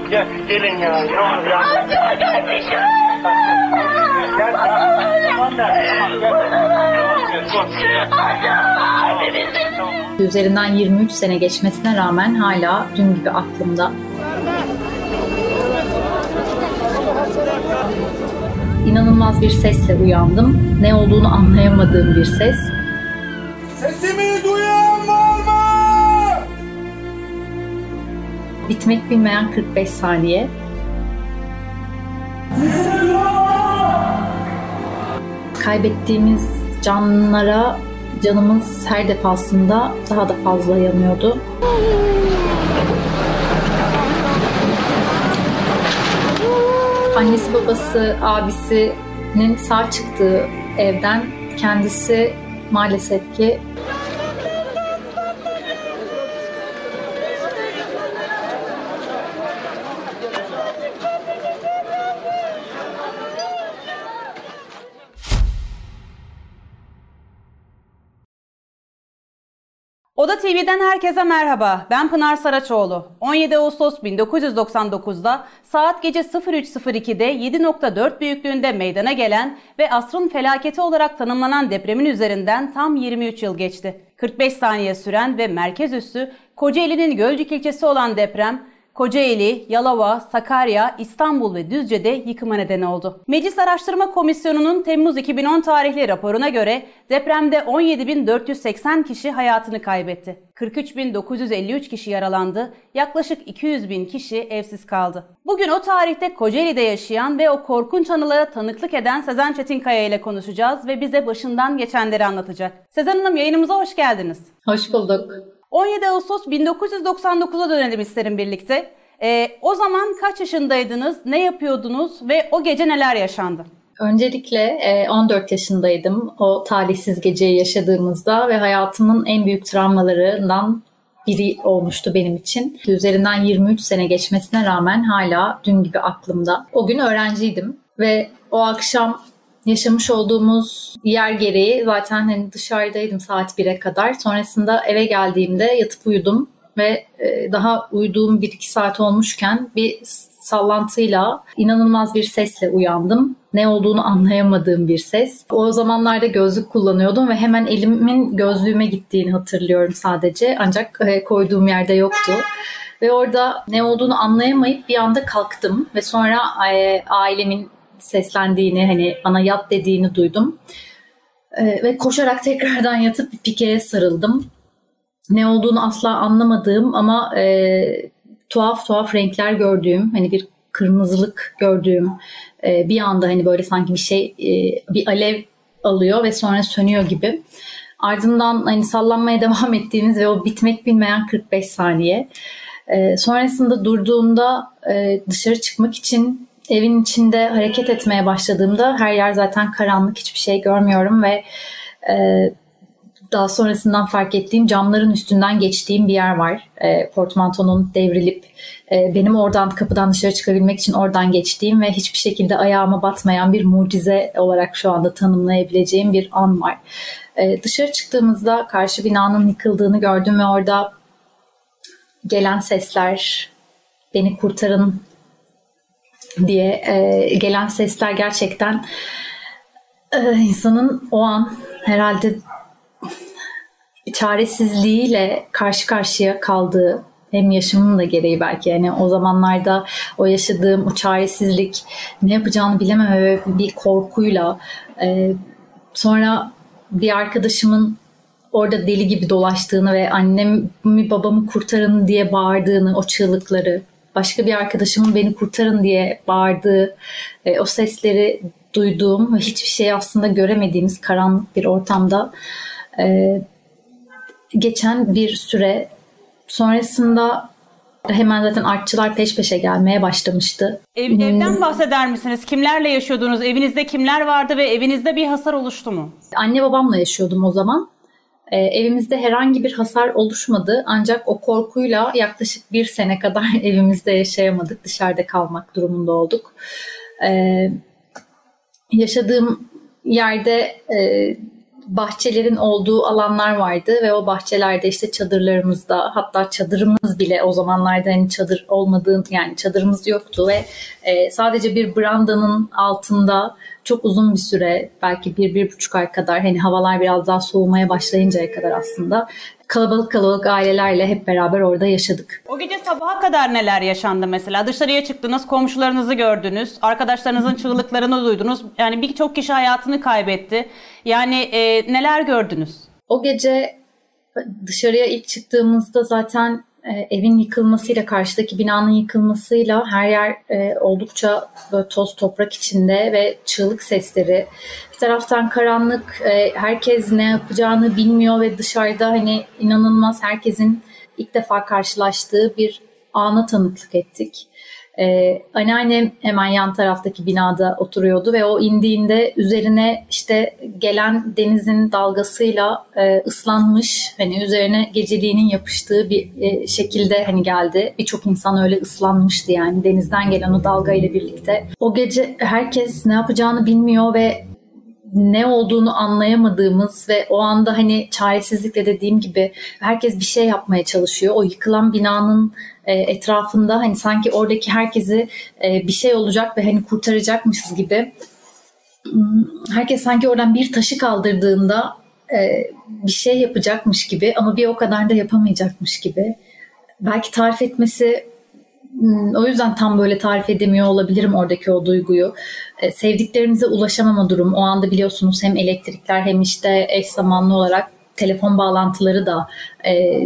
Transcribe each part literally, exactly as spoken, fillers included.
Gel gelin ya. Ne olur ya. Acaba kardeşim. Gel. Tamam da. Üzerinden yirmi üç sene geçmesine rağmen hala dün gibi aklımda. İnanılmaz bir sesle uyandım. Ne olduğunu anlayamadığım bir ses. Sesimi duyan var mı? Bitmek bilmeyen kırk beş saniye. Kaybettiğimiz canlara canımız her defasında daha da fazla yanıyordu. Annesi, babası, abisinin sağ çıktığı evden kendisi maalesef ki Oda T V'den herkese merhaba. Ben Pınar Saraçoğlu. on yedi Ağustos bin dokuz yüz doksan dokuz'da saat gece sıfır üç sıfır iki'de yedi nokta dört büyüklüğünde meydana gelen ve asrın felaketi olarak tanımlanan depremin üzerinden tam yirmi üç yıl geçti. kırk beş saniye süren ve merkez üssü Kocaeli'nin Gölcük ilçesi olan deprem, Kocaeli, Yalova, Sakarya, İstanbul ve Düzce'de yıkıma neden oldu. Meclis Araştırma Komisyonu'nun Temmuz iki bin on tarihli raporuna göre depremde on yedi bin dört yüz seksen kişi hayatını kaybetti. kırk üç bin dokuz yüz elli üç kişi yaralandı, yaklaşık iki yüz bin kişi evsiz kaldı. Bugün o tarihte Kocaeli'de yaşayan ve o korkunç anılara tanıklık eden Sezen Çetinkaya ile konuşacağız ve bize başından geçenleri anlatacak. Sezen Hanım, yayınımıza hoş geldiniz. Hoş bulduk. on yedi Ağustos bin dokuz yüz doksan dokuz'a dönelim isterim birlikte. Ee, o zaman kaç yaşındaydınız, ne yapıyordunuz ve o gece neler yaşandı? Öncelikle on dört yaşındaydım o talihsiz geceyi yaşadığımızda ve hayatımın en büyük travmalarından biri olmuştu benim için. Üzerinden yirmi üç sene geçmesine rağmen hala dün gibi aklımda. O gün öğrenciydim ve o akşam yaşamış olduğumuz yer gereği zaten hani dışarıdaydım saat bir'e kadar. Sonrasında eve geldiğimde yatıp uyudum ve daha uyuduğum bir iki saat olmuşken bir sallantıyla, inanılmaz bir sesle uyandım. Ne olduğunu anlayamadığım bir ses. O zamanlarda gözlük kullanıyordum ve hemen elimin gözlüğüme gittiğini hatırlıyorum sadece. Ancak koyduğum yerde yoktu. Ve orada ne olduğunu anlayamayıp bir anda kalktım ve sonra ailemin seslendiğini, hani bana yat dediğini duydum. Ee, ve koşarak tekrardan yatıp bir pikeye sarıldım. Ne olduğunu asla anlamadığım ama e, tuhaf tuhaf renkler gördüğüm, hani bir kırmızılık gördüğüm, e, bir anda hani böyle sanki bir şey, e, bir alev alıyor ve sonra sönüyor gibi. Ardından hani sallanmaya devam ettiğimiz ve o bitmek bilmeyen kırk beş saniye. E, sonrasında durduğumda e, dışarı çıkmak için evin içinde hareket etmeye başladığımda her yer zaten karanlık, hiçbir şey görmüyorum ve e, daha sonrasından fark ettiğim camların üstünden geçtiğim bir yer var. E, portmantonun devrilip e, benim oradan kapıdan dışarı çıkabilmek için oradan geçtiğim ve hiçbir şekilde ayağıma batmayan bir mucize olarak şu anda tanımlayabileceğim bir an var. E, dışarı çıktığımızda karşı binanın yıkıldığını gördüm ve orada gelen sesler, beni kurtarın diye e, gelen sesler gerçekten e, insanın o an herhalde çaresizliğiyle karşı karşıya kaldığı, hem yaşımın da gereği belki, yani o zamanlarda o yaşadığım o çaresizlik, ne yapacağını bilememe ve bir korkuyla e, sonra bir arkadaşımın orada deli gibi dolaştığını ve annemi babamı kurtarın diye bağırdığını, o çığlıkları, başka bir arkadaşımın beni kurtarın diye bağırdığı, e, o sesleri duyduğum ve hiçbir şey aslında göremediğimiz karanlık bir ortamda e, geçen bir süre. Sonrasında hemen zaten artçılar peş peşe gelmeye başlamıştı. Ev, evden bahseder misiniz? Kimlerle yaşıyordunuz? Evinizde kimler vardı ve evinizde bir hasar oluştu mu? Anne babamla yaşıyordum o zaman. Ee, evimizde herhangi bir hasar oluşmadı. Ancak o korkuyla yaklaşık bir sene kadar evimizde yaşayamadık. Dışarıda kalmak durumunda olduk. Ee, yaşadığım yerde e, bahçelerin olduğu alanlar vardı ve o bahçelerde işte çadırlarımızda, hatta çadırımız bile o zamanlarda hani çadır olmadığı, yani çadırımız yoktu ve e, sadece bir brandanın altında çok uzun bir süre, belki bir, bir buçuk ay kadar, hani havalar biraz daha soğumaya başlayıncaya kadar aslında kalabalık kalabalık ailelerle hep beraber orada yaşadık. O gece sabaha kadar neler yaşandı mesela? Dışarıya çıktınız, komşularınızı gördünüz, arkadaşlarınızın çığlıklarını duydunuz. Yani birçok kişi hayatını kaybetti. Yani e, neler gördünüz? O gece dışarıya ilk çıktığımızda zaten e, evin yıkılmasıyla, karşıdaki binanın yıkılmasıyla her yer e, oldukça böyle toz toprak içinde ve çığlık sesleri. Bir taraftan karanlık, e, herkes ne yapacağını bilmiyor ve dışarıda hani inanılmaz, herkesin ilk defa karşılaştığı bir ana tanıklık ettik. Ee, anneannem hemen yan taraftaki binada oturuyordu ve o indiğinde üzerine işte gelen denizin dalgasıyla e, ıslanmış, hani üzerine geceliğinin yapıştığı bir e, şekilde hani geldi. Birçok insan öyle ıslanmıştı yani denizden gelen o dalga ile birlikte. O gece herkes ne yapacağını bilmiyor ve ne olduğunu anlayamadığımız ve o anda hani çaresizlikle, dediğim gibi herkes bir şey yapmaya çalışıyor. O yıkılan binanın e, etrafında hani sanki oradaki herkesi e, bir şey olacak ve hani kurtaracakmışız gibi. Herkes sanki oradan bir taşı kaldırdığında e, bir şey yapacakmış gibi ama bir o kadar da yapamayacakmış gibi. Belki tarif etmesi, o yüzden tam böyle tarif edemiyor olabilirim oradaki o duyguyu. E, sevdiklerimize ulaşamama durumu. O anda biliyorsunuz hem elektrikler hem işte eş zamanlı olarak telefon bağlantıları da e,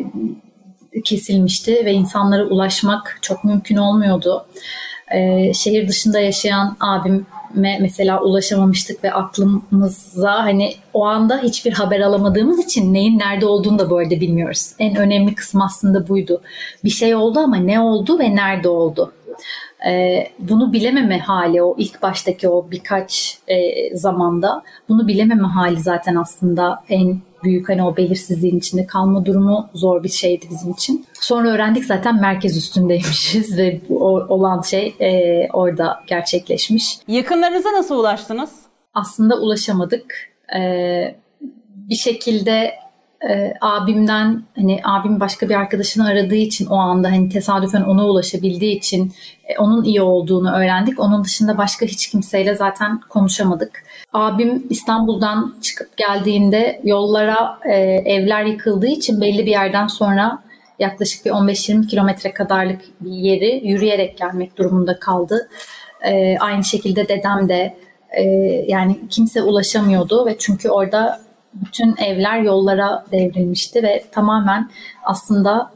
kesilmişti ve insanlara ulaşmak çok mümkün olmuyordu. E, şehir dışında yaşayan abime mesela ulaşamamıştık ve aklımıza hani o anda hiçbir haber alamadığımız için neyin nerede olduğunu da bu arada bilmiyoruz. En önemli kısmı aslında buydu. Bir şey oldu ama ne oldu ve nerede oldu? Ee, bunu bilememe hali, o ilk baştaki o birkaç e, zamanda bunu bilememe hali zaten aslında en büyük, hani o belirsizliğin içinde kalma durumu zor bir şeydi bizim için. Sonra öğrendik zaten merkez üstündeymişiz ve bu olan şey e, orada gerçekleşmiş. Yakınlarınıza nasıl ulaştınız? Aslında ulaşamadık. Ee, bir şekilde e, abimden, hani abim başka bir arkadaşını aradığı için o anda hani tesadüfen ona ulaşabildiği için e, onun iyi olduğunu öğrendik. Onun dışında başka hiç kimseyle zaten konuşamadık. Abim İstanbul'dan çıkıp geldiğinde yollara, e, evler yıkıldığı için belli bir yerden sonra yaklaşık bir on beş yirmi kilometre kadarlık bir yeri yürüyerek gelmek durumunda kaldı. E, aynı şekilde dedem de, e, yani kimse ulaşamıyordu ve çünkü orada bütün evler yollara devrilmişti ve tamamen aslında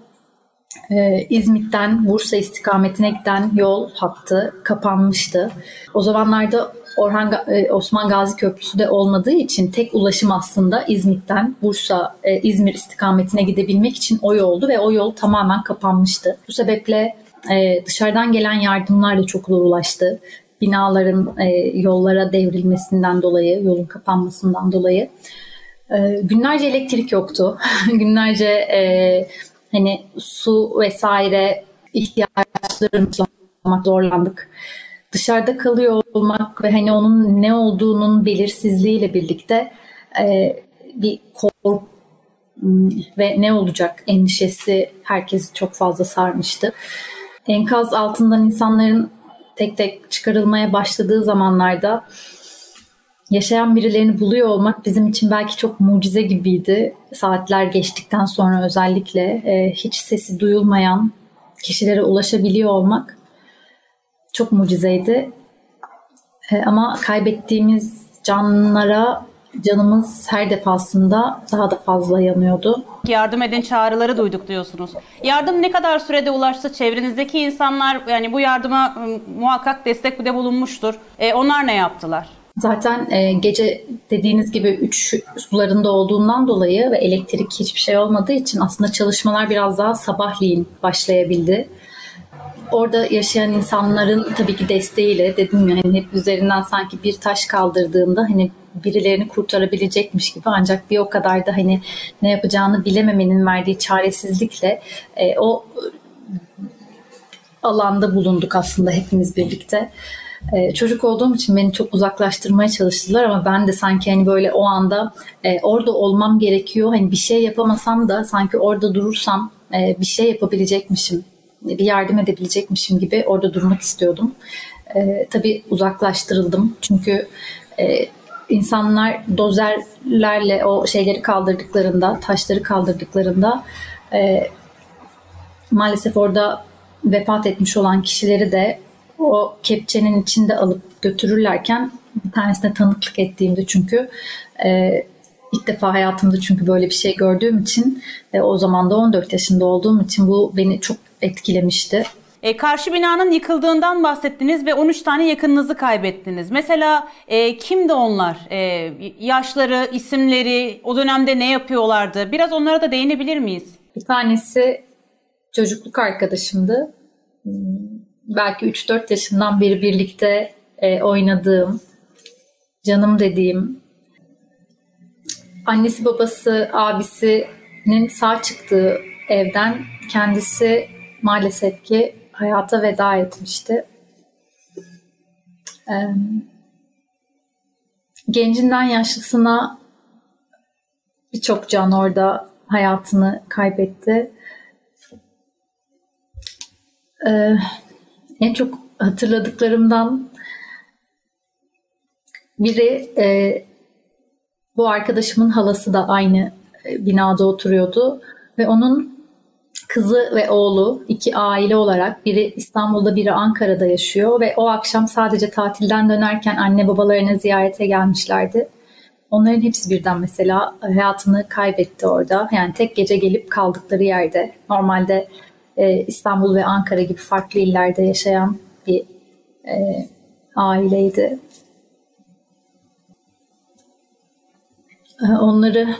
e, İzmit'ten Bursa istikametine giden yol hattı kapanmıştı. O zamanlarda Orhan Osman Gazi Köprüsü de olmadığı için tek ulaşım aslında İzmit'ten Bursa, e, İzmir istikametine gidebilmek için o yoldu ve o yol tamamen kapanmıştı. Bu sebeple e, dışarıdan gelen yardımlar da çok zor ulaştı. Binaların e, yollara devrilmesinden dolayı, yolun kapanmasından dolayı. E, günlerce elektrik yoktu. Günlerce e, hani su vesaire ihtiyaçlarımızla zorlandık. Dışarıda kalıyor olmak ve hani onun ne olduğunun belirsizliğiyle birlikte e, bir korku ve ne olacak endişesi herkesi çok fazla sarmıştı. Enkaz altından insanların tek tek çıkarılmaya başladığı zamanlarda yaşayan birilerini buluyor olmak bizim için belki çok mucize gibiydi. Saatler geçtikten sonra özellikle e, hiç sesi duyulmayan kişilere ulaşabiliyor olmak çok mucizeydi. E, ama kaybettiğimiz canlara canımız her defasında daha da fazla yanıyordu. Yardım edin çağrıları duyduk diyorsunuz. Yardım ne kadar sürede ulaştı? Çevrenizdeki insanlar yani bu yardıma ıı, muhakkak destekte bulunmuştur. E, onlar ne yaptılar? Zaten e, gece dediğiniz gibi üç sularında olduğundan dolayı ve elektrik hiçbir şey olmadığı için aslında çalışmalar biraz daha sabahleyin başlayabildi. Orada yaşayan insanların tabii ki desteğiyle, dedim ya hani hep üzerinden sanki bir taş kaldırdığında hani birilerini kurtarabilecekmiş gibi, ancak bir o kadar da hani ne yapacağını bilememenin verdiği çaresizlikle e, o alanda bulunduk aslında hepimiz birlikte. Ee, çocuk olduğum için beni çok uzaklaştırmaya çalıştılar ama ben de sanki hani böyle o anda e, orada olmam gerekiyor. Hani bir şey yapamasam da sanki orada durursam e, bir şey yapabilecekmişim, bir yardım edebilecekmişim gibi orada durmak istiyordum. E, tabii uzaklaştırıldım çünkü e, insanlar dozerlerle o şeyleri kaldırdıklarında, taşları kaldırdıklarında e, maalesef orada vefat etmiş olan kişileri de o kepçenin içinde alıp götürürlerken bir tanesine tanıklık ettiğimde çünkü e, ilk defa hayatımda çünkü böyle bir şey gördüğüm için e, o zaman da on dört yaşında olduğum için bu beni çok etkilemişti. E, karşı binanın yıkıldığından bahsettiniz ve on üç tane yakınınızı kaybettiniz. Mesela e, kimdi onlar? E, yaşları, isimleri, o dönemde ne yapıyorlardı? Biraz onlara da değinebilir miyiz? Bir tanesi çocukluk arkadaşımdı. Belki üç dört yaşından beri birlikte e, oynadığım, canım dediğim, annesi babası abisinin sağ çıktığı evden kendisi maalesef ki hayata veda etmişti. E, gencinden yaşlısına birçok can orada hayatını kaybetti. Ee, en çok hatırladıklarımdan biri e, bu arkadaşımın halası da aynı e, binada oturuyordu ve onun kızı ve oğlu iki aile olarak biri İstanbul'da biri Ankara'da yaşıyor ve o akşam sadece tatilden dönerken anne babalarını ziyarete gelmişlerdi. Onların hepsi birden mesela hayatını kaybetti orada. Yani tek gece gelip kaldıkları yerde. Normalde e, İstanbul ve Ankara gibi farklı illerde yaşayan bir e, aileydi. E, onları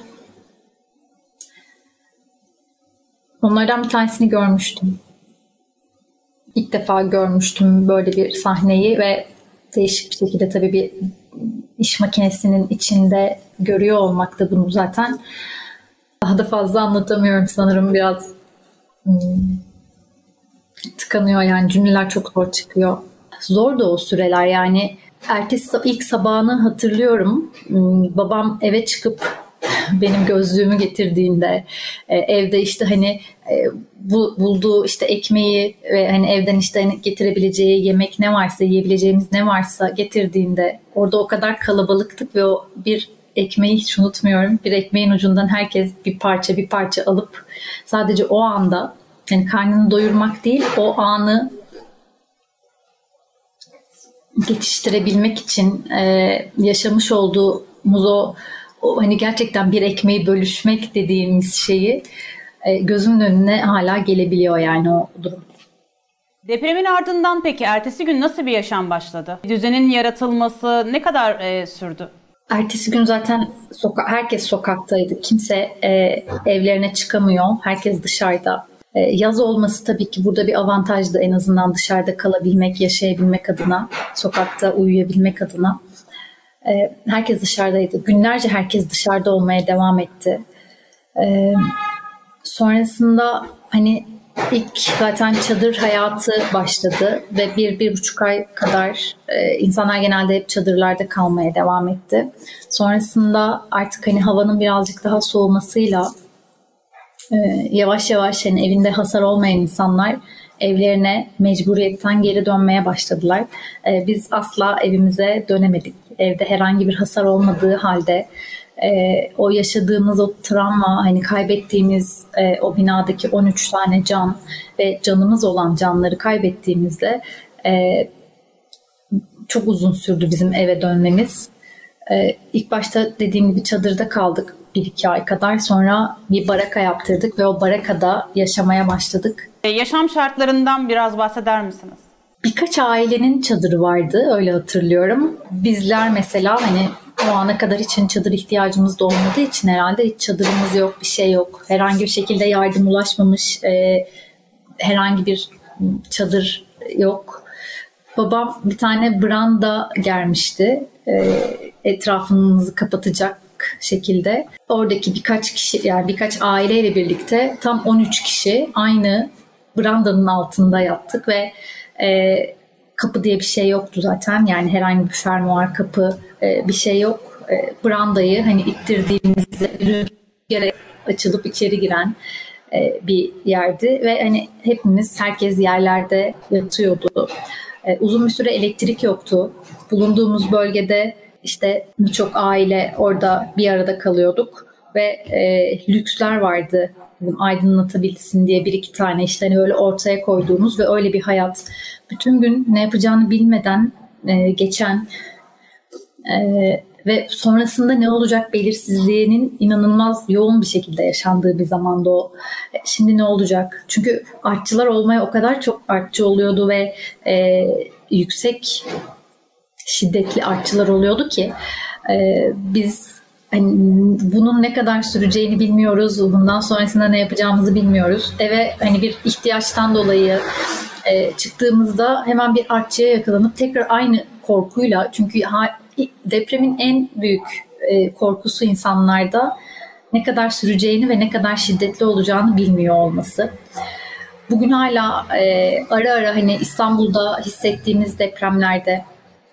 onlardan bir tanesini görmüştüm. İlk defa görmüştüm böyle bir sahneyi ve değişik bir şekilde tabii bir iş makinesinin içinde görüyor olmak da bunu zaten daha da fazla anlatamıyorum sanırım, biraz hmm, tıkanıyor yani cümleler çok zor çıkıyor. Zor da o süreler yani ertesi ilk sabahını hatırlıyorum. Hmm, babam eve çıkıp benim gözlüğümü getirdiğinde e, evde işte hani e, bu, bulduğu işte ekmeği ve hani evden işte hani getirebileceği yemek ne varsa, yiyebileceğimiz ne varsa getirdiğinde orada o kadar kalabalıktık ve o bir ekmeği hiç unutmuyorum. Bir ekmeğin ucundan herkes bir parça bir parça alıp sadece o anda yani karnını doyurmak değil, o anı geçiştirebilmek için e, yaşamış olduğumuz o O hani gerçekten bir ekmeği bölüşmek dediğimiz şeyi e, gözümün önüne hala gelebiliyor yani o durum. Depremin ardından peki ertesi gün nasıl bir yaşam başladı? Düzenin yaratılması ne kadar e, sürdü? Ertesi gün zaten soka- herkes sokaktaydı. Kimse e, evlerine çıkamıyor. Herkes dışarıda. E, yaz olması tabii ki burada bir avantajdı. En azından dışarıda kalabilmek, yaşayabilmek adına, sokakta uyuyabilmek adına. Herkes dışarıdaydı. Günlerce herkes dışarıda olmaya devam etti. Ee, sonrasında hani ilk zaten çadır hayatı başladı ve bir, bir buçuk ay kadar e, insanlar genelde hep çadırlarda kalmaya devam etti. Sonrasında artık hani havanın birazcık daha soğumasıyla e, yavaş yavaş hani evinde hasar olmayan insanlar evlerine mecburiyetten geri dönmeye başladılar. Ee, biz asla evimize dönemedik. Evde herhangi bir hasar olmadığı halde e, o yaşadığımız o travma, hani kaybettiğimiz e, o binadaki on üç tane can ve canımız olan canları kaybettiğimizde e, çok uzun sürdü bizim eve dönmemiz. E, ilk başta dediğim gibi çadırda kaldık bir iki ay kadar, sonra bir baraka yaptırdık ve o barakada yaşamaya başladık. Yaşam şartlarından biraz bahseder misiniz? Birkaç ailenin çadırı vardı, öyle hatırlıyorum. Bizler mesela hani o ana kadar hiç çadır ihtiyacımız da olmadığı için herhalde hiç çadırımız yok, bir şey yok. Herhangi bir şekilde yardım ulaşmamış, e, herhangi bir çadır yok. Babam bir tane branda germişti, e, etrafımızı kapatacak şekilde. Oradaki birkaç kişi, yani birkaç aileyle birlikte tam on üç kişi aynı brandanın altında yattık ve e, kapı diye bir şey yoktu zaten. Yani herhangi bir fermuar kapı e, bir şey yok. E, brandayı hani ittirdiğimizde rüzgara açılıp içeri giren e, bir yerdi ve hani hepimiz, herkes yerlerde yatıyordu. E, uzun bir süre elektrik yoktu. Bulunduğumuz bölgede işte birçok aile orada bir arada kalıyorduk ve e, lüksler vardı. Bizim aydınlatabilsin diye bir iki tane işte hani öyle ortaya koyduğumuz ve öyle bir hayat. Bütün gün ne yapacağını bilmeden e, geçen e, ve sonrasında ne olacak belirsizliğinin inanılmaz yoğun bir şekilde yaşandığı bir zamanda o. E, şimdi ne olacak? Çünkü artçılar olmaya o kadar çok artçı oluyordu ve e, yüksek şiddetli artçılar oluyordu ki e, biz hani bunun ne kadar süreceğini bilmiyoruz. Bundan sonrasında ne yapacağımızı bilmiyoruz. Eve hani bir ihtiyaçtan dolayı e, çıktığımızda hemen bir artçıya yakalanıp tekrar aynı korkuyla, çünkü ha, depremin en büyük e, korkusu insanlarda ne kadar süreceğini ve ne kadar şiddetli olacağını bilmiyor olması. Bugün hala e, ara ara hani İstanbul'da hissettiğimiz depremlerde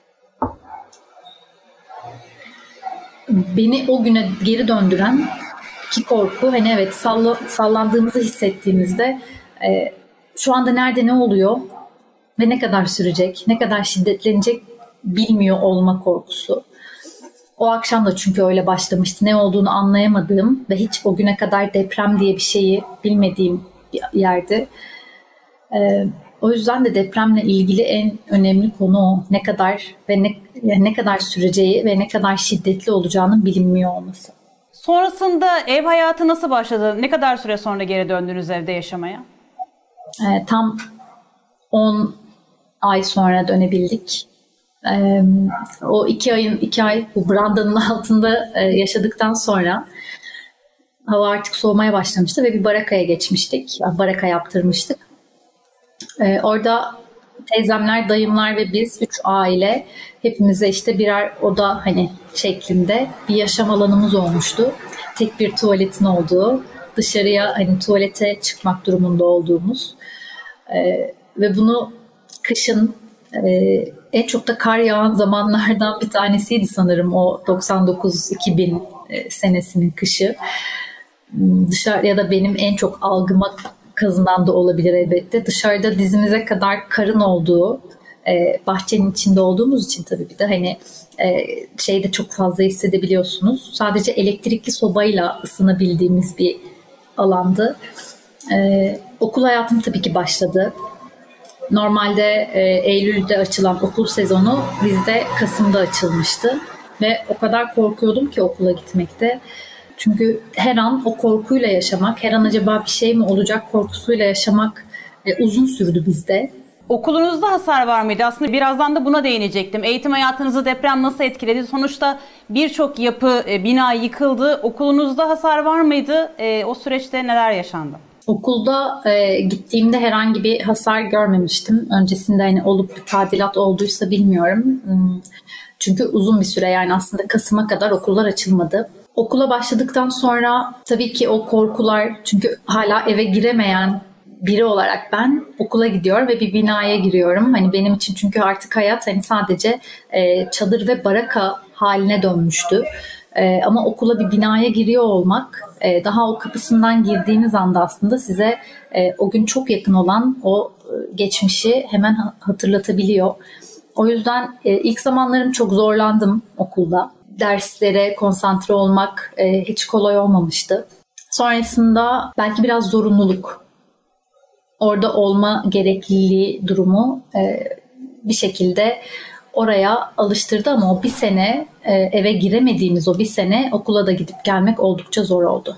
beni o güne geri döndüren ki korku, hani evet salla, sallandığımızı hissettiğimizde e, şu anda nerede ne oluyor ve ne kadar sürecek, ne kadar şiddetlenecek bilmiyor olma korkusu. O akşam da çünkü öyle başlamıştı. Ne olduğunu anlayamadığım ve hiç o güne kadar deprem diye bir şeyi bilmediğim bir yerdi. E, o yüzden de depremle ilgili en önemli konu o. Ne kadar ve ne, yani ne kadar süreceği ve ne kadar şiddetli olacağının bilinmiyor olması. Sonrasında ev hayatı nasıl başladı? Ne kadar süre sonra geri döndünüz evde yaşamaya? E, tam on ay sonra dönebildik. E, o iki ayın iki ay bu brandanın altında e, yaşadıktan sonra hava artık soğumaya başlamıştı ve bir barakaya geçmiştik. Baraka yaptırmıştık. Ee, orada teyzemler, dayımlar ve biz üç aile hepimize işte birer oda hani şeklinde bir yaşam alanımız olmuştu. Tek bir tuvaletin olduğu, dışarıya hani tuvalete çıkmak durumunda olduğumuz ee, ve bunu kışın e, en çok da kar yağan zamanlardan bir tanesiydi sanırım o doksan dokuz iki bin e, senesinin kışı. Dışarı ya da benim en çok algıma kazınan da olabilir elbette. Dışarıda dizimize kadar karın olduğu, e, bahçenin içinde olduğumuz için tabii bir de hani e, şeyde çok fazla hissedebiliyorsunuz. Sadece elektrikli sobayla ısınabildiğimiz bir alandı. E, okul hayatım tabii ki başladı. Normalde e, Eylül'de açılan okul sezonu bizde Kasım'da açılmıştı. Ve o kadar korkuyordum ki okula gitmekte. Çünkü her an o korkuyla yaşamak, her an acaba bir şey mi olacak korkusuyla yaşamak e, uzun sürdü bizde. Okulunuzda hasar var mıydı? Aslında birazdan da buna değinecektim. Eğitim hayatınızı deprem nasıl etkiledi? Sonuçta birçok yapı, e, bina yıkıldı. Okulunuzda hasar var mıydı? E, o süreçte neler yaşandı? Okulda e, gittiğimde herhangi bir hasar görmemiştim. Öncesinde hani olup bir tadilat olduysa bilmiyorum. Hmm. Çünkü uzun bir süre, yani aslında Kasım'a kadar okullar açılmadı. Okula başladıktan sonra tabii ki o korkular, çünkü hala eve giremeyen biri olarak ben okula gidiyor ve bir binaya giriyorum. Hani benim için çünkü artık hayat hani sadece e, çadır ve baraka haline dönmüştü. E, ama okula bir binaya giriyor olmak, e, daha o kapısından girdiğiniz anda aslında size e, o gün çok yakın olan o e, geçmişi hemen hatırlatabiliyor. O yüzden e, ilk zamanlarım çok zorlandım okulda. Derslere konsantre olmak e, hiç kolay olmamıştı. Sonrasında belki biraz zorunluluk, orada olma gerekliliği durumu e, bir şekilde oraya alıştırdı ama o bir sene e, eve giremediğimiz o bir sene okula da gidip gelmek oldukça zor oldu.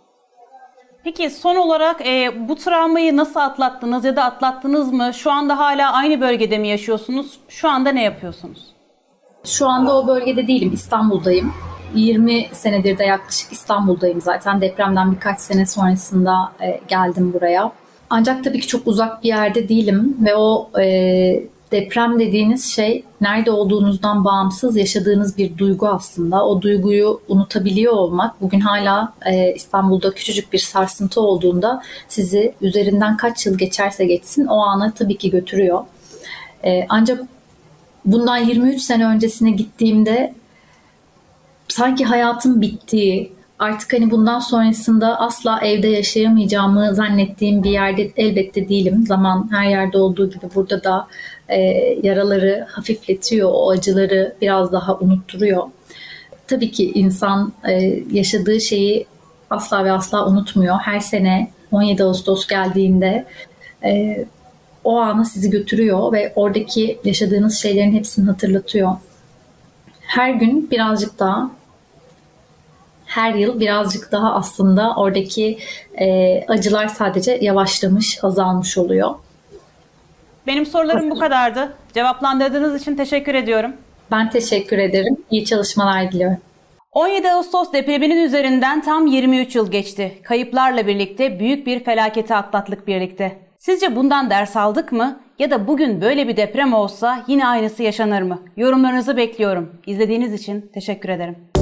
Peki son olarak e, bu travmayı nasıl atlattınız ya da atlattınız mı? Şu anda hala aynı bölgede mi yaşıyorsunuz? Şu anda ne yapıyorsunuz? Şu anda o bölgede değilim, İstanbul'dayım. yirmi senedir de yaklaşık İstanbul'dayım zaten. Depremden birkaç sene sonrasında e, geldim buraya. Ancak tabii ki çok uzak bir yerde değilim ve o e, deprem dediğiniz şey nerede olduğunuzdan bağımsız yaşadığınız bir duygu aslında. O duyguyu unutabiliyor olmak, bugün hala e, İstanbul'da küçücük bir sarsıntı olduğunda sizi üzerinden kaç yıl geçerse geçsin o ana tabii ki götürüyor. E, ancak bundan yirmi üç sene öncesine gittiğimde sanki hayatım bittiği, artık hani bundan sonrasında asla evde yaşayamayacağımı zannettiğim bir yerde elbette değilim. Zaman her yerde olduğu gibi burada da e, yaraları hafifletiyor, o acıları biraz daha unutturuyor. Tabii ki insan e, yaşadığı şeyi asla ve asla unutmuyor. Her sene on yedi Ağustos geldiğinde e, o ana sizi götürüyor ve oradaki yaşadığınız şeylerin hepsini hatırlatıyor. Her gün birazcık daha, her yıl birazcık daha aslında oradaki e, acılar sadece yavaşlamış, azalmış oluyor. Benim sorularım bu kadardı. Cevaplandırdığınız için teşekkür ediyorum. Ben teşekkür ederim. İyi çalışmalar diliyorum. on yedi Ağustos depreminin üzerinden tam yirmi üç yıl geçti. Kayıplarla birlikte büyük bir felaketi atlattık birlikte. Sizce bundan ders aldık mı? Ya da bugün böyle bir deprem olsa yine aynısı yaşanır mı? Yorumlarınızı bekliyorum. İzlediğiniz için teşekkür ederim.